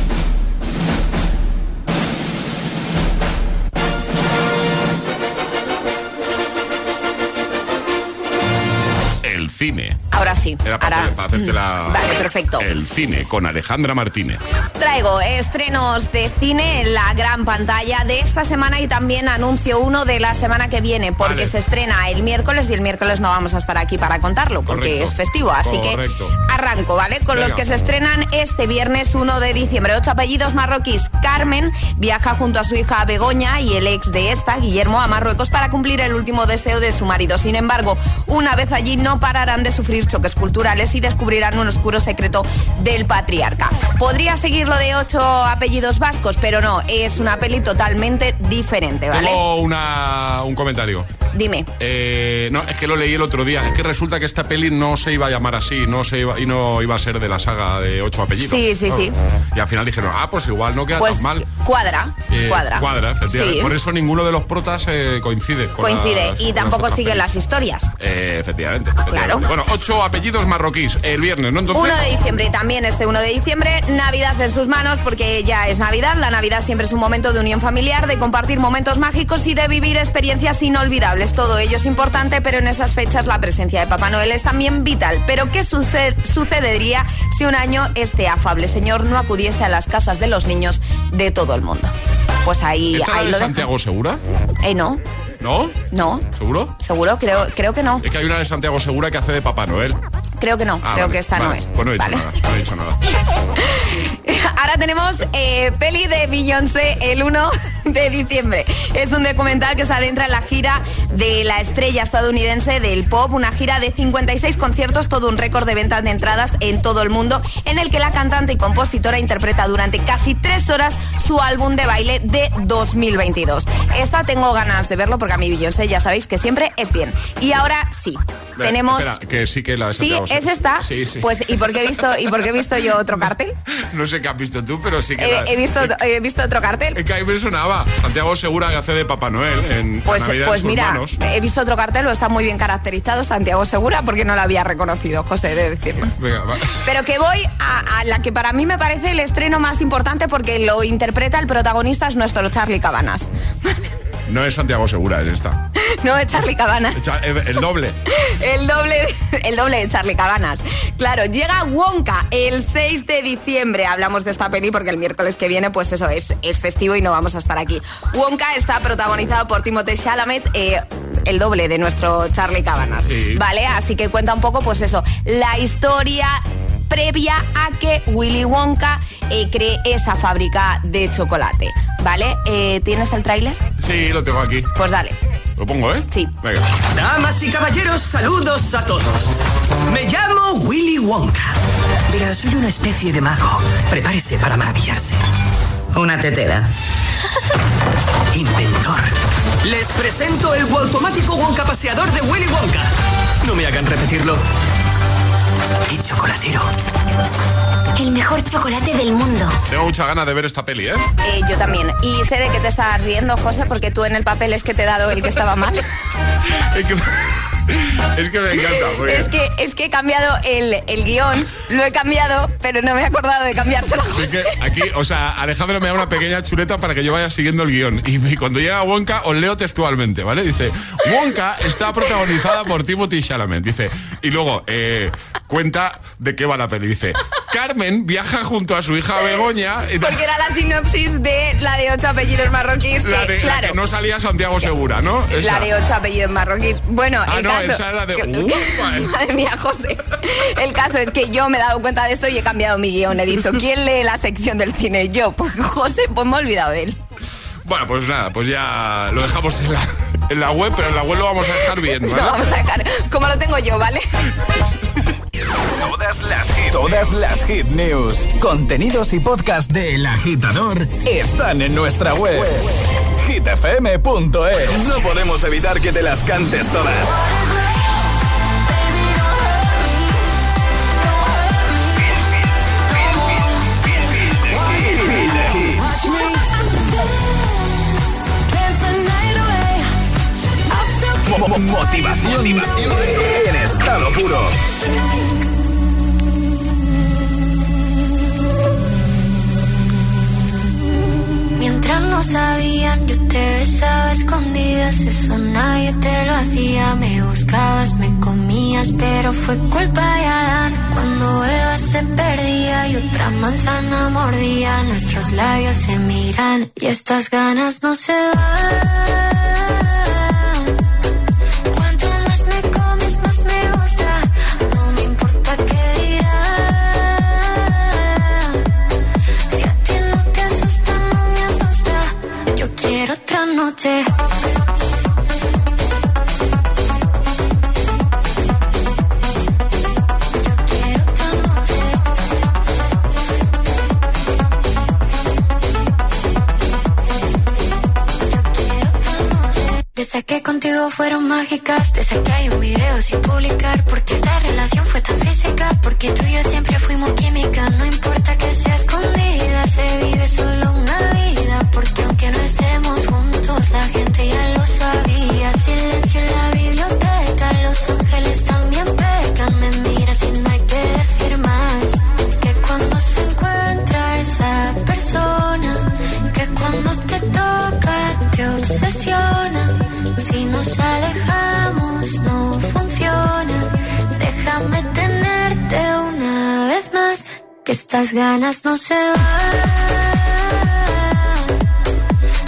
[SPEAKER 2] El cine.
[SPEAKER 7] Ahora sí.
[SPEAKER 2] Era para,
[SPEAKER 7] ahora...
[SPEAKER 2] hacer, para hacerte la...
[SPEAKER 7] Vale, perfecto.
[SPEAKER 2] El cine con Alejandra Martínez.
[SPEAKER 7] Traigo estrenos de cine en la gran pantalla de esta semana y también anuncio uno de la semana que viene, porque vale. se estrena el miércoles y el miércoles no vamos a estar aquí para contarlo, porque Correcto. es festivo. Así Correcto. que arranco, ¿vale? Con Venga. los que se estrenan este viernes uno de diciembre. Ocho apellidos marroquíes. Carmen viaja junto a su hija Begoña y el ex de esta, Guillermo, a Marruecos para cumplir el último deseo de su marido. Sin embargo, una vez allí no pararán de sufrir choques culturales y descubrirán un oscuro secreto del patriarca. Podría seguir lo de ocho apellidos vascos, pero no, es una peli totalmente diferente, ¿vale?
[SPEAKER 2] Tengo una, un comentario.
[SPEAKER 7] Dime.
[SPEAKER 2] Eh, no, es que lo leí el otro día. Es que resulta que esta peli no se iba a llamar así, no se iba, y no iba a ser de la saga de ocho apellidos.
[SPEAKER 7] Sí, sí,
[SPEAKER 2] ¿no?
[SPEAKER 7] sí.
[SPEAKER 2] Y al final dijeron, ah, pues igual no queda
[SPEAKER 7] pues
[SPEAKER 2] tan mal.
[SPEAKER 7] Cuadra,
[SPEAKER 2] eh,
[SPEAKER 7] cuadra.
[SPEAKER 2] Cuadra, efectivamente.
[SPEAKER 7] Sí.
[SPEAKER 2] Por eso ninguno de los protas eh, coincide. Con
[SPEAKER 7] coincide
[SPEAKER 2] las,
[SPEAKER 7] y
[SPEAKER 2] con
[SPEAKER 7] tampoco
[SPEAKER 2] las
[SPEAKER 7] siguen
[SPEAKER 2] pelis.
[SPEAKER 7] las historias.
[SPEAKER 2] Eh, efectivamente, efectivamente.
[SPEAKER 7] Claro.
[SPEAKER 2] Bueno, ocho apellidos marroquíes el viernes, ¿no? Entonces...
[SPEAKER 7] uno de diciembre, también este uno de diciembre, Navidad en sus manos, porque ya es Navidad. La Navidad siempre es un momento de unión familiar, de compartir momentos mágicos y de vivir experiencias inolvidables. Todo ello es importante, pero en esas fechas la presencia de Papá Noel es también vital. Pero ¿qué suced- sucedería si un año este afable señor no acudiese a las casas de los niños de todo el mundo? pues ahí,
[SPEAKER 2] ¿Esta
[SPEAKER 7] ahí
[SPEAKER 2] la de
[SPEAKER 7] lo
[SPEAKER 2] Santiago
[SPEAKER 7] dejo.
[SPEAKER 2] Segura?
[SPEAKER 7] Eh, no.
[SPEAKER 2] ¿No?
[SPEAKER 7] No.
[SPEAKER 2] ¿Seguro?
[SPEAKER 7] Seguro, creo, creo que no.
[SPEAKER 2] Es que hay una de Santiago Segura que hace de Papá Noel.
[SPEAKER 7] Creo que no,
[SPEAKER 2] Ah,
[SPEAKER 7] creo
[SPEAKER 2] vale,
[SPEAKER 7] que esta
[SPEAKER 2] vale.
[SPEAKER 7] no es.
[SPEAKER 2] Pues no he dicho
[SPEAKER 7] Vale.
[SPEAKER 2] nada, no he dicho nada.
[SPEAKER 7] Ahora tenemos eh, peli de Beyoncé el uno de diciembre. Es un documental que se adentra en la gira de la estrella estadounidense del pop, una gira de cincuenta y seis conciertos, todo un récord de ventas de entradas en todo el mundo, en el que la cantante y compositora interpreta durante casi tres horas su álbum de baile de dos mil veintidós. Esta tengo ganas de verlo porque a mí Beyoncé ya sabéis que siempre es bien. Y ahora sí,
[SPEAKER 2] Espera,
[SPEAKER 7] tenemos...
[SPEAKER 2] Espera, que sí que la de
[SPEAKER 7] Sí,
[SPEAKER 2] Santiago
[SPEAKER 7] es
[SPEAKER 2] Segura.
[SPEAKER 7] esta.
[SPEAKER 2] Sí, sí.
[SPEAKER 7] Pues, ¿y por qué he visto, y por qué he visto yo otro cartel?
[SPEAKER 2] No sé qué has visto tú, pero sí que
[SPEAKER 7] He,
[SPEAKER 2] la...
[SPEAKER 7] he visto, he visto otro cartel.
[SPEAKER 2] Es que ahí me sonaba. Santiago Segura que hace de Papá Noel en
[SPEAKER 7] Pues,
[SPEAKER 2] Navidad
[SPEAKER 7] pues
[SPEAKER 2] de sus
[SPEAKER 7] mira,
[SPEAKER 2] manos.
[SPEAKER 7] he visto otro cartel, lo está muy bien caracterizado, Santiago Segura, porque no lo había reconocido, José, de decirlo.
[SPEAKER 2] Venga, va.
[SPEAKER 7] Pero que voy a, a la que para mí me parece el estreno más importante porque lo interpreta el protagonista, es nuestro Charlie Cabanas.
[SPEAKER 2] No es Santiago Segura en esta.
[SPEAKER 7] No es Charlie Cabanas.
[SPEAKER 2] Echa- El, el doble.
[SPEAKER 7] El doble, el doble de Charlie Cabanas. Claro, llega Wonka el seis de diciembre. Hablamos de esta peli porque el miércoles que viene, pues eso, es, es festivo y no vamos a estar aquí. Wonka está protagonizado por Timothée Chalamet, eh, el doble de nuestro Charlie Cabanas.
[SPEAKER 2] Sí.
[SPEAKER 7] Vale, así que cuenta un poco, pues eso, la historia previa a que Willy Wonka eh, cree esa fábrica de chocolate. ¿Vale? Eh, ¿Tienes el tráiler?
[SPEAKER 2] Sí, lo tengo aquí.
[SPEAKER 7] Pues dale.
[SPEAKER 2] Lo pongo, ¿eh?
[SPEAKER 7] Sí.
[SPEAKER 2] Venga.
[SPEAKER 6] Damas y caballeros, saludos a todos. Me llamo Willy Wonka. Verá, soy una especie de mago. Prepárese para maravillarse. Una tetera. Inventor. Les presento el automático Wonka paseador de Willy Wonka. No me hagan repetirlo. Y chocolatero.
[SPEAKER 11] El mejor chocolate del mundo.
[SPEAKER 2] Tengo muchas ganas de ver esta peli, ¿eh?
[SPEAKER 7] Eh, yo también. Y sé de que te estás riendo, José, porque tú en el papel es que te he dado el que estaba mal.
[SPEAKER 2] Es que, es que me encanta. Porque...
[SPEAKER 7] Es que, es que he cambiado el, el guión, lo he cambiado, pero no me he acordado de cambiárselo.
[SPEAKER 2] Es que aquí, o sea, Alejandro me da una pequeña chuleta para que yo vaya siguiendo el guión. Y me- cuando llega Wonka, os leo textualmente, ¿vale? Dice, Wonka está protagonizada por Timothée Chalamet. Dice, y luego eh, cuenta de qué va la peli. Dice, Carmen viaja junto a su hija Begoña. Y
[SPEAKER 7] Porque era la sinopsis de la de ocho apellidos marroquíes.
[SPEAKER 2] la,
[SPEAKER 7] que,
[SPEAKER 2] de,
[SPEAKER 7] claro,
[SPEAKER 2] la que no salía Santiago Segura, ¿no?
[SPEAKER 7] la
[SPEAKER 2] Esa.
[SPEAKER 7] de ocho apellidos marroquíes. Bueno,
[SPEAKER 2] Ah,
[SPEAKER 7] el
[SPEAKER 2] no,
[SPEAKER 7] caso...
[SPEAKER 2] esa es la de...
[SPEAKER 7] que-
[SPEAKER 2] Uh, vale.
[SPEAKER 7] Madre mía, José. El caso es que yo me he dado cuenta de esto y he cambiado mi guión. He dicho, ¿quién lee la sección del cine? Yo. Pues José, pues me he olvidado de él.
[SPEAKER 2] Bueno, pues nada, pues ya lo dejamos en la, en la web, pero en la web lo vamos a dejar bien,
[SPEAKER 7] Lo
[SPEAKER 2] ¿vale?
[SPEAKER 7] vamos a dejar como lo tengo yo, ¿vale?
[SPEAKER 5] Todas las hit, todas las hit news, contenidos y podcast de El Agitador están en nuestra web. hit f m punto e s. No podemos evitar que te las cantes todas. Mo- mo- Motivación, motivación en estado puro.
[SPEAKER 8] Mientras no sabían, yo te besaba a escondidas. Eso nadie te lo hacía. Me buscabas, me comías, pero fue culpa de Adán. Cuando Eva se perdía y otra manzana mordía, nuestros labios se miran y estas ganas no se van. Cuanto más me comes, más me gusta. No me importa qué dirán. Si a ti no te asusta, no me asusta. Yo quiero otra noche. Desde que contigo fueron mágicas, desde que hay un video sin publicar, porque esta relación fue tan física, porque tú y yo siempre fuimos química. No importa que sea escondida, se vive solo una vida, porque aunque no estemos juntos, la gente ya lo sabía. Silencio en la biblioteca, los ángeles también pecan. Me miras y no hay que decir más, que cuando se encuentra esa persona, que cuando te toca te obsesiona. Si nos alejamos no funciona. Déjame tenerte una vez más, que estas ganas no se van.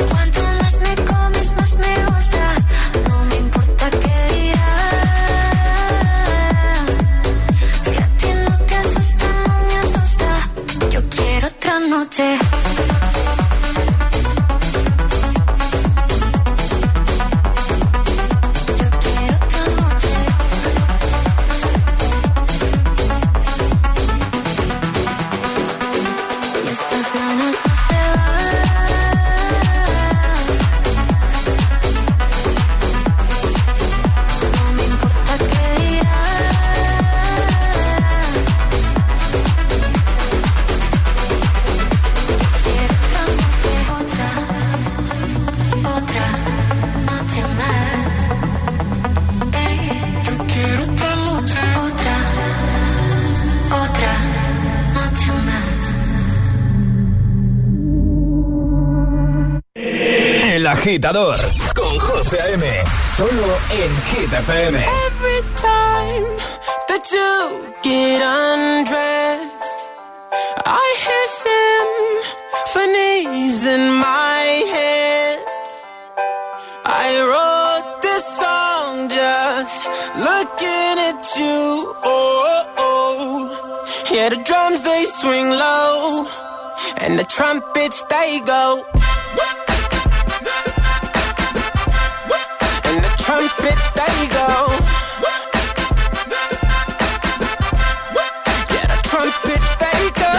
[SPEAKER 5] Agitador con José A M. Solo en Hit F M.
[SPEAKER 9] Every time that you get undressed, I hear symphonies in my head. I wrote this song just looking at you. Oh, oh. Yeah, the drums they swing low, and the trumpets they go. And the trumpets they go. Yeah, the trumpets they go.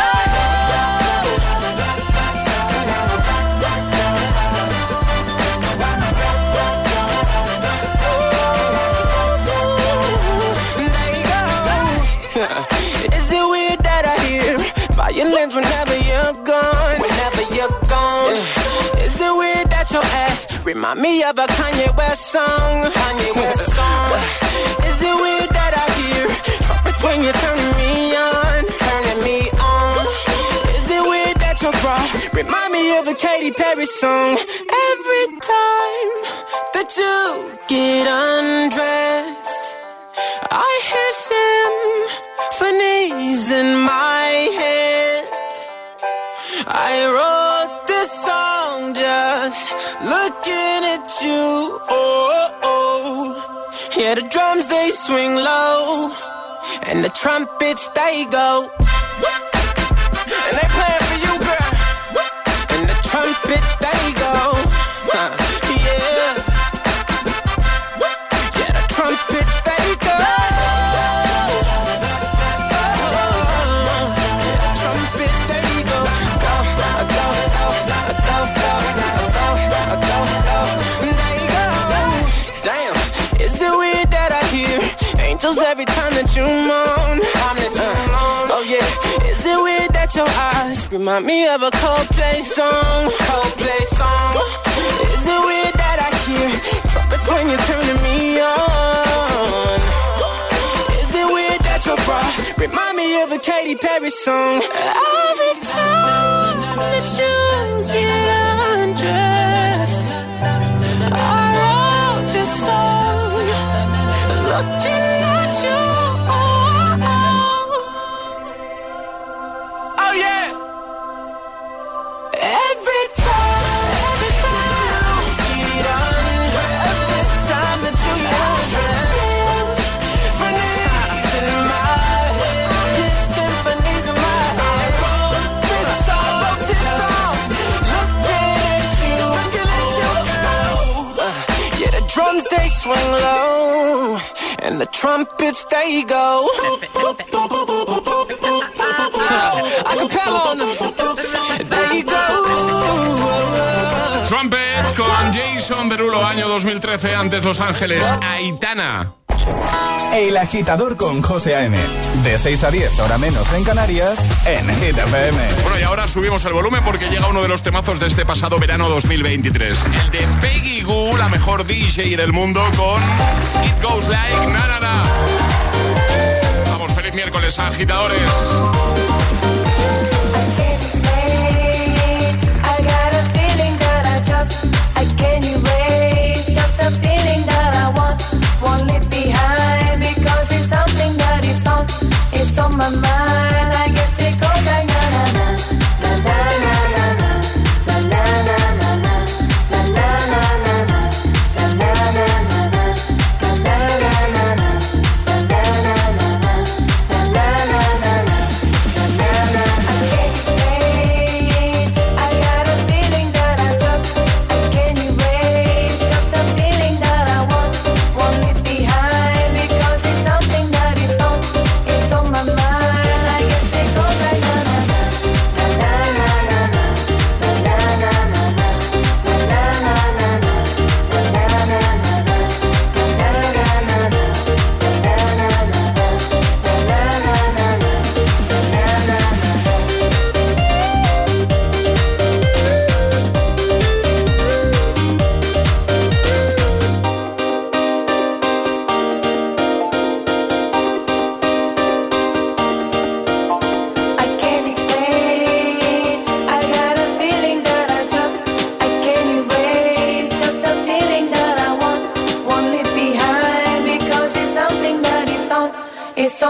[SPEAKER 9] Is it weird that I hear violins whenever you're gone? Whenever you're gone. Yeah. Is it weird that your ass remind me of a Kanye West song? Kanye West song. Is it weird that I hear trumpets when you're turning me on? Turning me on. Is it weird that your bra remind me of a Katy Perry song? Every time that you get undressed, I hear symphonies in my head. I wrote this song just looking at you. Oh, oh. Yeah, the drums they swing low, and the trumpets they go. And they playing for you, girl. And the trumpets they go. Uh, yeah. Yeah, the trumpets they go. Every time that you moan, time that you moan. Oh yeah, is it weird that your eyes remind me of a Coldplay song? Coldplay song. Is it weird that I hear trumpets when you're turning me on? Is it weird that your bra remind me of a Katy Perry song? Every time that you get undressed, I wrote this song looking. Drums they swing low, and the trumpets they go. Acapella on them. There you go.
[SPEAKER 2] Trumpets con Jason Derulo, año dos mil trece, antes Los Ángeles, Aitana.
[SPEAKER 5] El Agitador con José A M. De seis a diez, hora menos en Canarias, en Hit F M.
[SPEAKER 2] Bueno, y ahora subimos el volumen porque llega uno de los temazos de este pasado verano dos mil veintitrés. El de Peggy Gou, la mejor D J del mundo, con It Goes Like Na Na Na. Vamos, feliz miércoles, agitadores.
[SPEAKER 8] It's on my mind, I guess it goes like na na na, na na na na, na na na na, na na na na, na na na na, na na na na, na na na na, na na na na, na na. I can't explain, I got a feeling that I just I can't erase.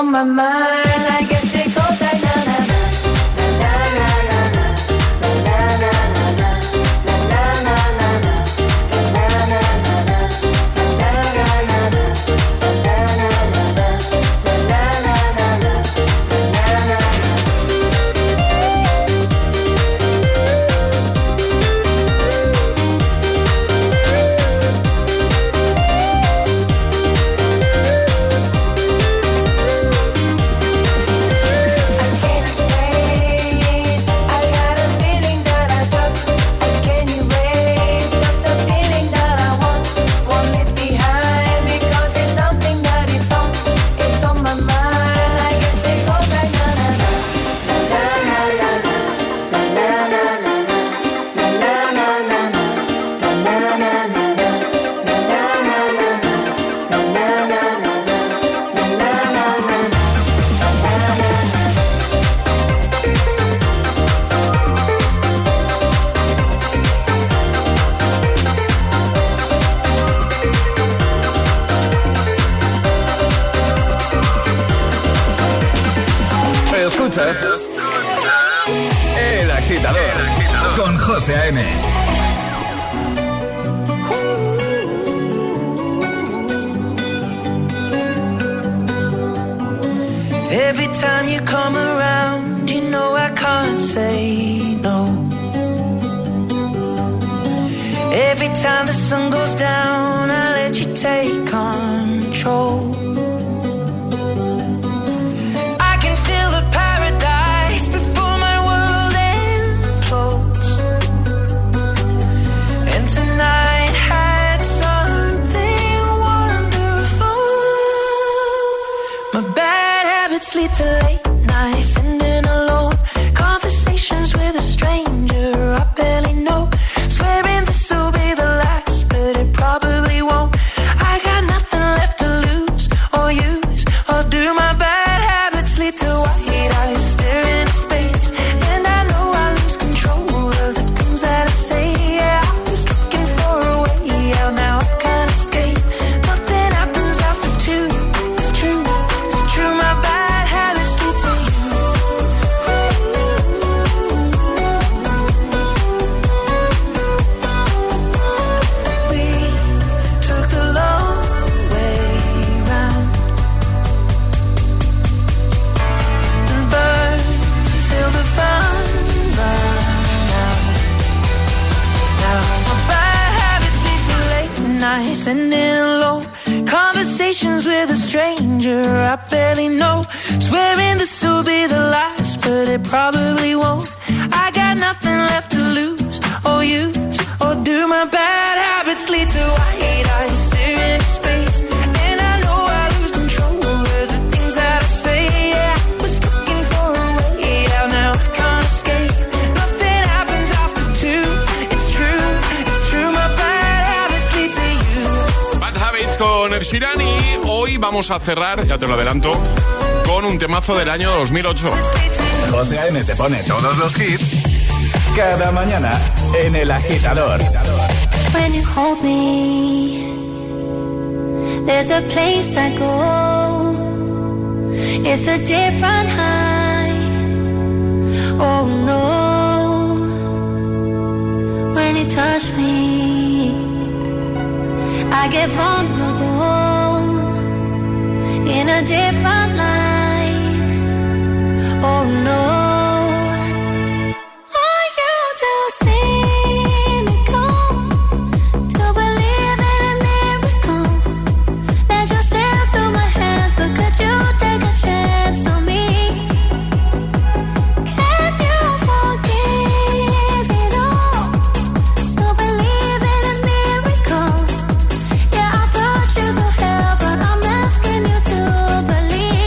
[SPEAKER 8] on my mind. I guess it goes like na na na na na na na na na na na na na na.
[SPEAKER 5] Escuchas El Agitador con José A M.
[SPEAKER 9] Every time you come around, you know I can't say no. Every time the sun goes down, I let you take control. I can feel the paradise before my world implodes. And tonight had something wonderful. My bad habits lead to late nights, ending alone. Conversations with a stranger I barely know. Swearing this will be the last, but it probably won't. I got nothing left to lose or use or do. My bad habits lead to white eyes staring into space, and I know I lose control of the things that I say. Yeah, I was looking for a way out, now I can't escape. Nothing happens after two. It's true, it's true. My bad habits lead to you. We took the long way round and burned till the fun ran out. Now my bad habits lead to late nights, ending alone. Conversations with a stranger I barely know. Swearing this will be the last, but it probably won't. I got nothing left to lose or use or do. My bad habits lead to white eyes staring into space, and I know I lose control of the things that I say. Yeah, I was looking for a way out, now I can't escape. Nothing happens after two. It's true, it's true. My bad habits lead to you.
[SPEAKER 2] Bad Habits con Ed Sheeran, y hoy vamos a cerrar, ya te lo adelanto, con un temazo del año dos mil ocho.
[SPEAKER 5] José A M te pone todos los hits cada mañana en El Agitador.
[SPEAKER 8] When you hold me, there's a place I go. It's a different high. Oh no. When you touch me, I get vulnerable in a different light. Oh no. Are you too cynical to believe in a miracle that just slipped through my hands? But could you take a chance on me? Can you forgive it all? Still believe in a miracle. Yeah, I'll put you through hell, but I'm asking you to believe.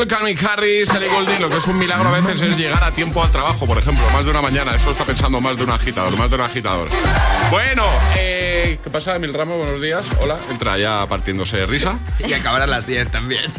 [SPEAKER 2] Adele, Calvin Harris, Ellie Goulding. Lo que es un milagro a veces es llegar a tiempo al trabajo, por ejemplo, más de una mañana. Eso está pensando más de un agitador, más de un agitador. Bueno, eh, ¿qué pasa, Emil Ramos? Buenos días. Hola, entra ya partiéndose de risa.
[SPEAKER 1] Y acabar a las diez también.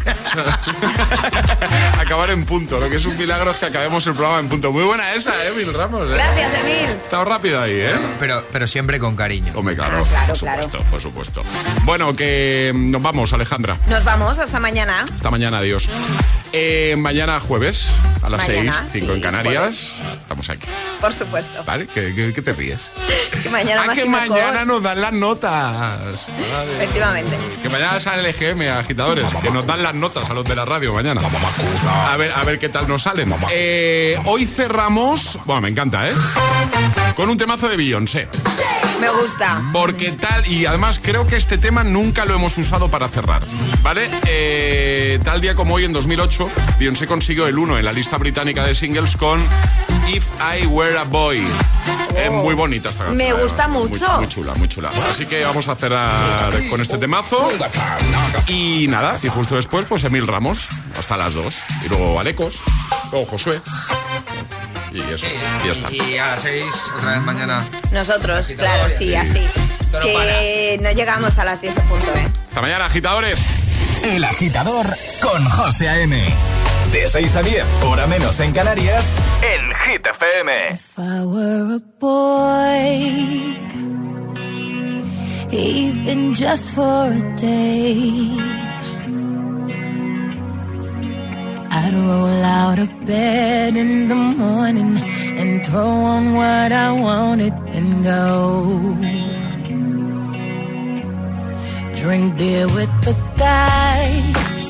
[SPEAKER 2] Acabar en punto. Lo que es un milagro es que acabemos el programa en punto. Muy buena esa, ¿eh, Emil Ramos? ¿eh?
[SPEAKER 7] Gracias, Emil.
[SPEAKER 2] Estaba rápido ahí, ¿eh?
[SPEAKER 1] Pero, pero, pero siempre con cariño.
[SPEAKER 2] Hombre, claro,
[SPEAKER 7] Ah, claro,
[SPEAKER 2] por supuesto,
[SPEAKER 7] claro.
[SPEAKER 2] por supuesto. Bueno, que nos vamos, Alejandra.
[SPEAKER 7] Nos vamos, hasta mañana.
[SPEAKER 2] Hasta mañana, adiós. Eh, mañana jueves, a las
[SPEAKER 7] Mañana,
[SPEAKER 2] seis, cinco
[SPEAKER 7] sí,
[SPEAKER 2] en Canarias. Estamos aquí,
[SPEAKER 7] Por supuesto.
[SPEAKER 2] ¿vale? ¿Qué, qué, qué te ríes?
[SPEAKER 7] Que mañana
[SPEAKER 2] Ah,
[SPEAKER 7] más
[SPEAKER 2] que
[SPEAKER 7] y mejor.
[SPEAKER 2] mañana nos dan las notas. Vale.
[SPEAKER 7] Efectivamente.
[SPEAKER 2] Que mañana sale el G M, agitadores, que nos dan las notas a los de la radio mañana. A ver, a ver qué tal nos salen. Eh, hoy cerramos, bueno, me encanta, ¿eh? Con un temazo de Beyoncé.
[SPEAKER 7] Me gusta.
[SPEAKER 2] Porque tal, y además creo que este tema nunca lo hemos usado para cerrar, ¿vale? Eh, tal día como hoy, en dos mil ocho, Beyoncé consiguió el uno en la lista británica de singles con If I Were a Boy. Es muy bonita esta canción.
[SPEAKER 7] Me gusta
[SPEAKER 2] Muy-
[SPEAKER 7] mucho.
[SPEAKER 2] Muy, chula, muy chula. Así que vamos a cerrar con este temazo. Y nada, y justo después, pues Emil Ramos, hasta las dos. Y luego Alecos, luego Josué. Y eso, y ya está.
[SPEAKER 1] Y a las seis, otra vez mañana.
[SPEAKER 7] Nosotros,
[SPEAKER 1] Agitador,
[SPEAKER 7] claro,
[SPEAKER 1] y
[SPEAKER 7] sí,
[SPEAKER 1] así.
[SPEAKER 7] así.
[SPEAKER 1] Todo
[SPEAKER 7] Que no llegamos a las diez en punto, ¿eh?
[SPEAKER 2] Hasta mañana, agitadores.
[SPEAKER 5] El Agitador con José A M. De seis a diez, hora menos en Canarias, en Hit F M.
[SPEAKER 8] If I were a boy, even just for a day, I'd roll out of bed in the morning and throw on what I wanted and go. Drink beer with the guys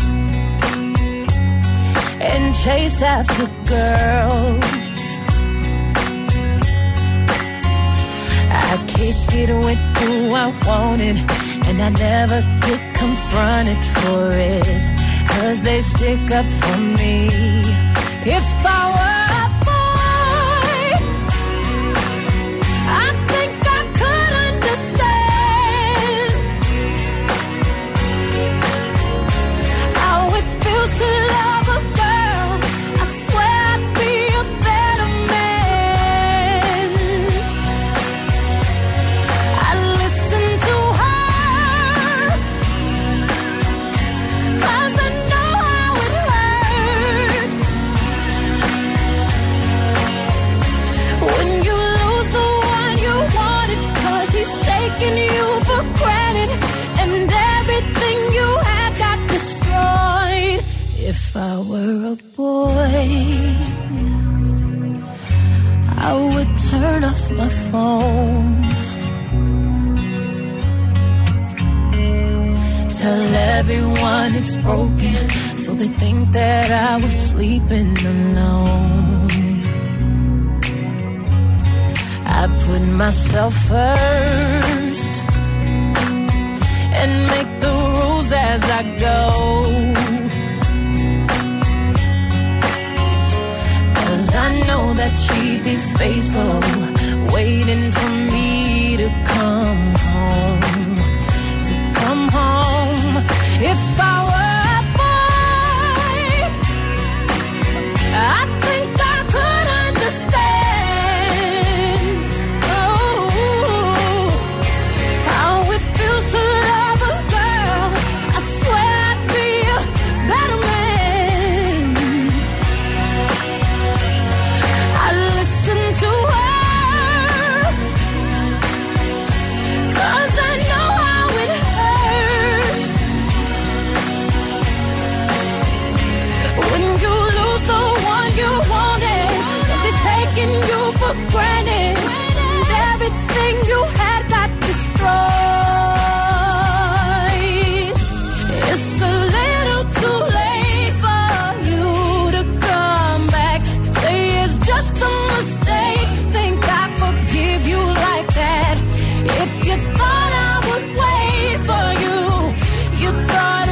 [SPEAKER 8] and chase after girls. I kick it with who I wanted, and I never get confronted for it, 'cause they stick up for me. If I were a boy, I think I could understand how it feels to love a girl. I swear I'd be a better man. I listen to her, 'cause I know how it hurts when you lose the one you wanted, 'cause he's taking you for granted, and everything you had got destroyed. If I were a boy, I would turn off my phone, tell everyone it's broken, so they think that I was sleeping alone. I put myself first and make the rules as I go, 'cause I know that she'd be faithful, waiting for me to come home, to come home. If I were a boy, I think I could understand, oh, how it feels to love a girl. I swear I'd be a better man. I listen to her, 'cause I know how it hurts when you lose the one you wanted, and she's taking you for granted, and everything you had got destroyed. It's a little too late for you to come back. Say it's just a mistake, think I forgive you like that. If you thought I would wait for you, you thought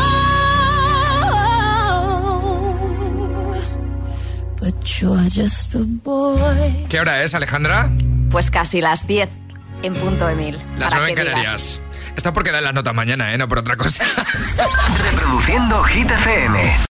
[SPEAKER 8] wrong. But you're just a boy.
[SPEAKER 1] ¿Qué hora es, Alejandra?
[SPEAKER 7] Pues casi las diez en punto, Emil.
[SPEAKER 1] Las
[SPEAKER 7] para
[SPEAKER 1] nueve en
[SPEAKER 7] que digas.
[SPEAKER 1] Canarias. Está porque dan las notas mañana, ¿eh? No por otra cosa.
[SPEAKER 15] Reproduciendo Hit F M.